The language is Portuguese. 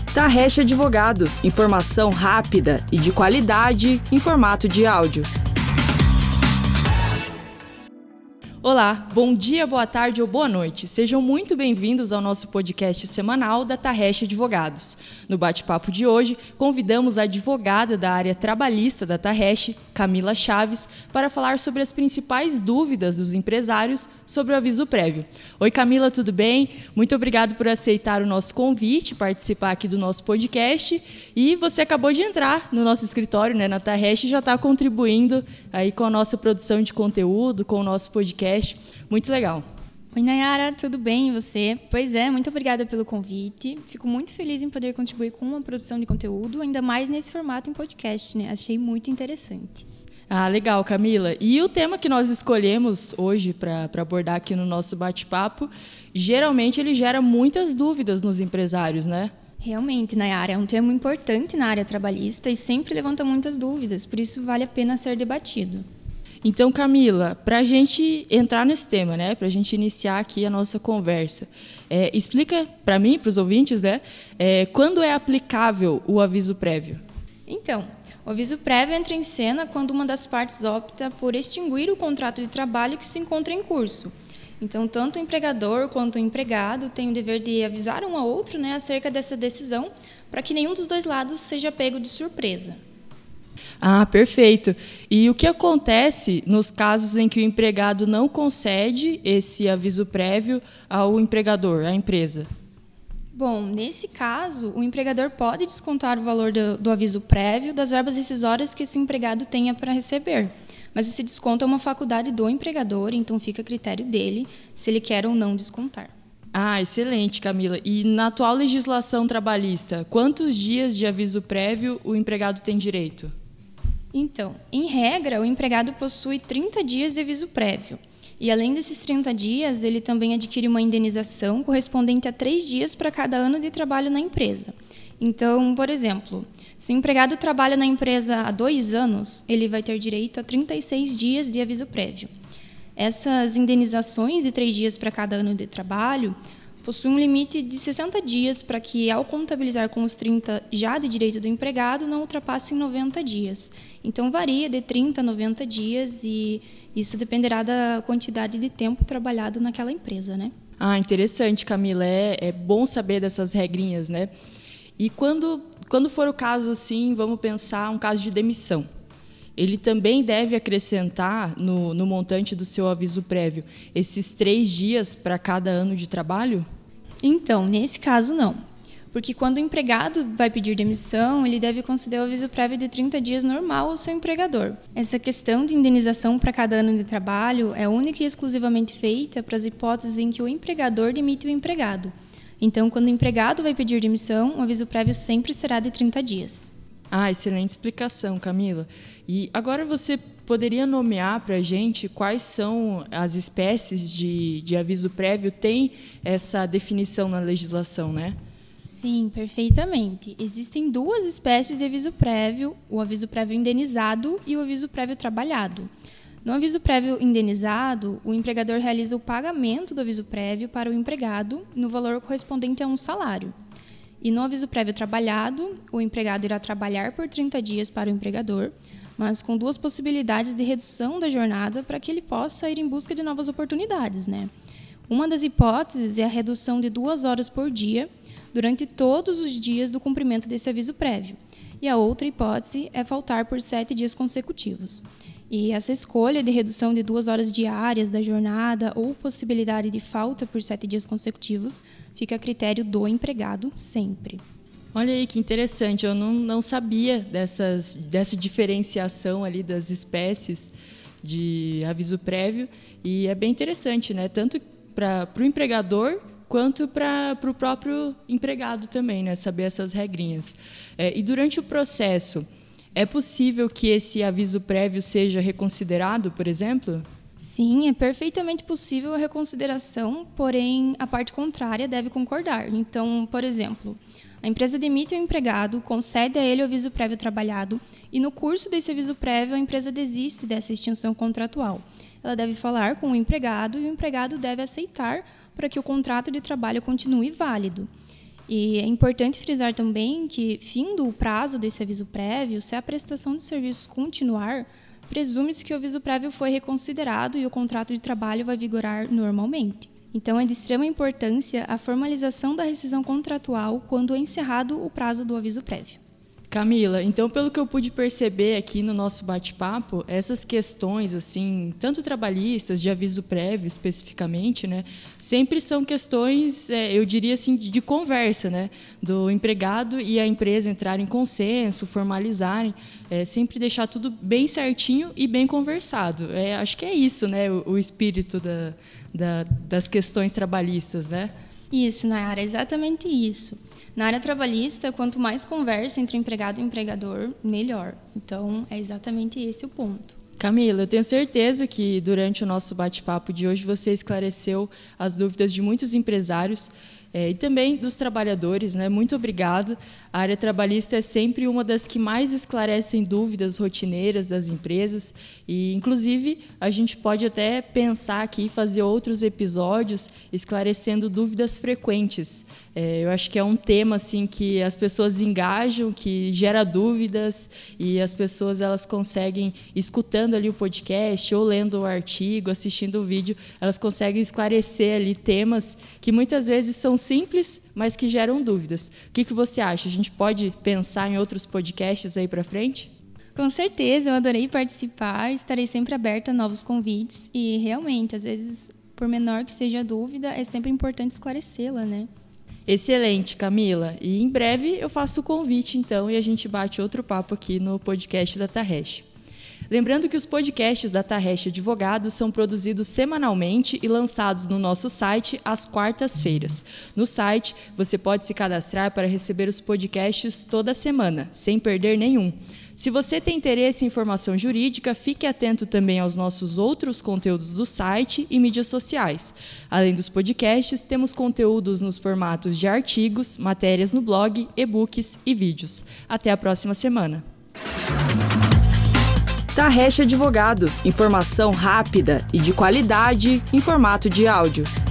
Tarrecha Advogados, informação rápida e de qualidade em formato de áudio. Olá, bom dia, boa tarde ou boa noite. Sejam muito bem-vindos ao nosso podcast semanal da Tarrecha Advogados. No bate-papo de hoje, convidamos a advogada da área trabalhista da Tarrecha, Camila Chaves, para falar sobre as principais dúvidas dos empresários sobre o aviso prévio. Oi, Camila, tudo bem? Muito obrigado por aceitar o nosso convite, participar aqui do nosso podcast. E você acabou de entrar no nosso escritório, na Tarrecha, e já está contribuindo aí com a nossa produção de conteúdo, com o nosso podcast. Muito legal. Oi, Nayara, tudo bem e você? Pois é, muito obrigada pelo convite. Fico muito feliz em poder contribuir com uma produção de conteúdo, ainda mais nesse formato em podcast, Achei muito interessante. Ah, legal, Camila. E o tema que nós escolhemos hoje para abordar aqui no nosso bate-papo, geralmente ele gera muitas dúvidas nos empresários, né? Realmente, Nayara, é um tema importante na área trabalhista e sempre levanta muitas dúvidas, por isso vale a pena ser debatido. Então, Camila, para a gente entrar nesse tema, para a gente iniciar aqui a nossa conversa, explica para mim e para os ouvintes, quando é aplicável o aviso prévio? Então, o aviso prévio entra em cena quando uma das partes opta por extinguir o contrato de trabalho que se encontra em curso. Então, tanto o empregador quanto o empregado têm o dever de avisar um ao outro acerca dessa decisão, para que nenhum dos dois lados seja pego de surpresa. Ah, perfeito. E o que acontece nos casos em que o empregado não concede esse aviso prévio ao empregador, à empresa? Bom, nesse caso, o empregador pode descontar o valor do aviso prévio das verbas rescisórias que esse empregado tenha para receber. Mas esse desconto é uma faculdade do empregador, então fica a critério dele se ele quer ou não descontar. Ah, excelente, Camila. E na atual legislação trabalhista, quantos dias de aviso prévio o empregado tem direito? Então, em regra, o empregado possui 30 dias de aviso prévio. E, além desses 30 dias, ele também adquire uma indenização correspondente a 3 dias para cada ano de trabalho na empresa. Então, por exemplo, se o empregado trabalha na empresa há 2 anos, ele vai ter direito a 36 dias de aviso prévio. Essas indenizações de 3 dias para cada ano de trabalho possui um limite de 60 dias para que, ao contabilizar com os 30 já de direito do empregado, não ultrapassem 90 dias. Então, varia de 30 a 90 dias e isso dependerá da quantidade de tempo trabalhado naquela empresa, Ah, interessante, Camila. É bom saber dessas regrinhas, E quando for o caso assim, vamos pensar um caso de demissão. Ele também deve acrescentar no montante do seu aviso prévio esses 3 dias para cada ano de trabalho? Então, nesse caso, não. Porque quando o empregado vai pedir demissão, ele deve conceder o aviso prévio de 30 dias normal ao seu empregador. Essa questão de indenização para cada ano de trabalho é única e exclusivamente feita para as hipóteses em que o empregador demite o empregado. Então, quando o empregado vai pedir demissão, o aviso prévio sempre será de 30 dias. Ah, excelente explicação, Camila. E agora você poderia nomear para a gente quais são as espécies de aviso prévio? Tem essa definição na legislação, Sim, perfeitamente. Existem 2 espécies de aviso prévio, o aviso prévio indenizado e o aviso prévio trabalhado. No aviso prévio indenizado, o empregador realiza o pagamento do aviso prévio para o empregado no valor correspondente a um salário. E no aviso prévio trabalhado, o empregado irá trabalhar por 30 dias para o empregador, mas com 2 possibilidades de redução da jornada para que ele possa ir em busca de novas oportunidades, Uma das hipóteses é a redução de 2 horas por dia durante todos os dias do cumprimento desse aviso prévio. E a outra hipótese é faltar por 7 dias consecutivos. E essa escolha de redução de 2 horas diárias da jornada ou possibilidade de falta por 7 dias consecutivos fica a critério do empregado sempre. Olha aí que interessante, eu não sabia dessa diferenciação ali das espécies de aviso prévio e é bem interessante, tanto para o empregador quanto para o próprio empregado também, saber essas regrinhas. E durante o processo, é possível que esse aviso prévio seja reconsiderado, por exemplo? Sim, é perfeitamente possível a reconsideração, porém a parte contrária deve concordar. Então, por exemplo, a empresa demite o empregado, concede a ele o aviso prévio trabalhado e no curso desse aviso prévio a empresa desiste dessa extinção contratual. Ela deve falar com o empregado e o empregado deve aceitar para que o contrato de trabalho continue válido. E é importante frisar também que, findo o prazo desse aviso prévio, se a prestação de serviços continuar, presume-se que o aviso prévio foi reconsiderado e o contrato de trabalho vai vigorar normalmente. Então, é de extrema importância a formalização da rescisão contratual quando é encerrado o prazo do aviso prévio. Camila, então, pelo que eu pude perceber aqui no nosso bate-papo, essas questões, assim, tanto trabalhistas, de aviso prévio especificamente, né, sempre são questões, eu diria assim, de conversa, né, do empregado e a empresa entrarem em consenso, formalizarem, sempre deixar tudo bem certinho e bem conversado. Acho que é isso, né, o espírito das questões trabalhistas, né? Isso, Nayara, é exatamente isso. Na área trabalhista, quanto mais conversa entre empregado e empregador, melhor. Então, é exatamente esse o ponto. Camila, eu tenho certeza que durante o nosso bate-papo de hoje você esclareceu as dúvidas de muitos empresários e também dos trabalhadores, né? Muito obrigada. A área trabalhista é sempre uma das que mais esclarecem dúvidas rotineiras das empresas e, inclusive, a gente pode até pensar aqui em fazer outros episódios esclarecendo dúvidas frequentes. Eu acho que é um tema assim, que as pessoas engajam, que gera dúvidas e as pessoas elas conseguem, escutando ali o podcast ou lendo o artigo, assistindo o vídeo, elas conseguem esclarecer ali temas que muitas vezes são simples, mas que geram dúvidas. O que você acha? A gente pode pensar em outros podcasts aí para frente? Com certeza, eu adorei participar, estarei sempre aberta a novos convites e realmente, às vezes, por menor que seja a dúvida, é sempre importante esclarecê-la, né? Excelente, Camila. E em breve eu faço o convite, então, e a gente bate outro papo aqui no podcast da Tarresh. Lembrando que os podcasts da Tarresh Advogados são produzidos semanalmente e lançados no nosso site às quartas-feiras. No site, você pode se cadastrar para receber os podcasts toda semana, sem perder nenhum. Se você tem interesse em informação jurídica, fique atento também aos nossos outros conteúdos do site e mídias sociais. Além dos podcasts, temos conteúdos nos formatos de artigos, matérias no blog, e-books e vídeos. Até a próxima semana. Tarresh Advogados, informação rápida e de qualidade em formato de áudio.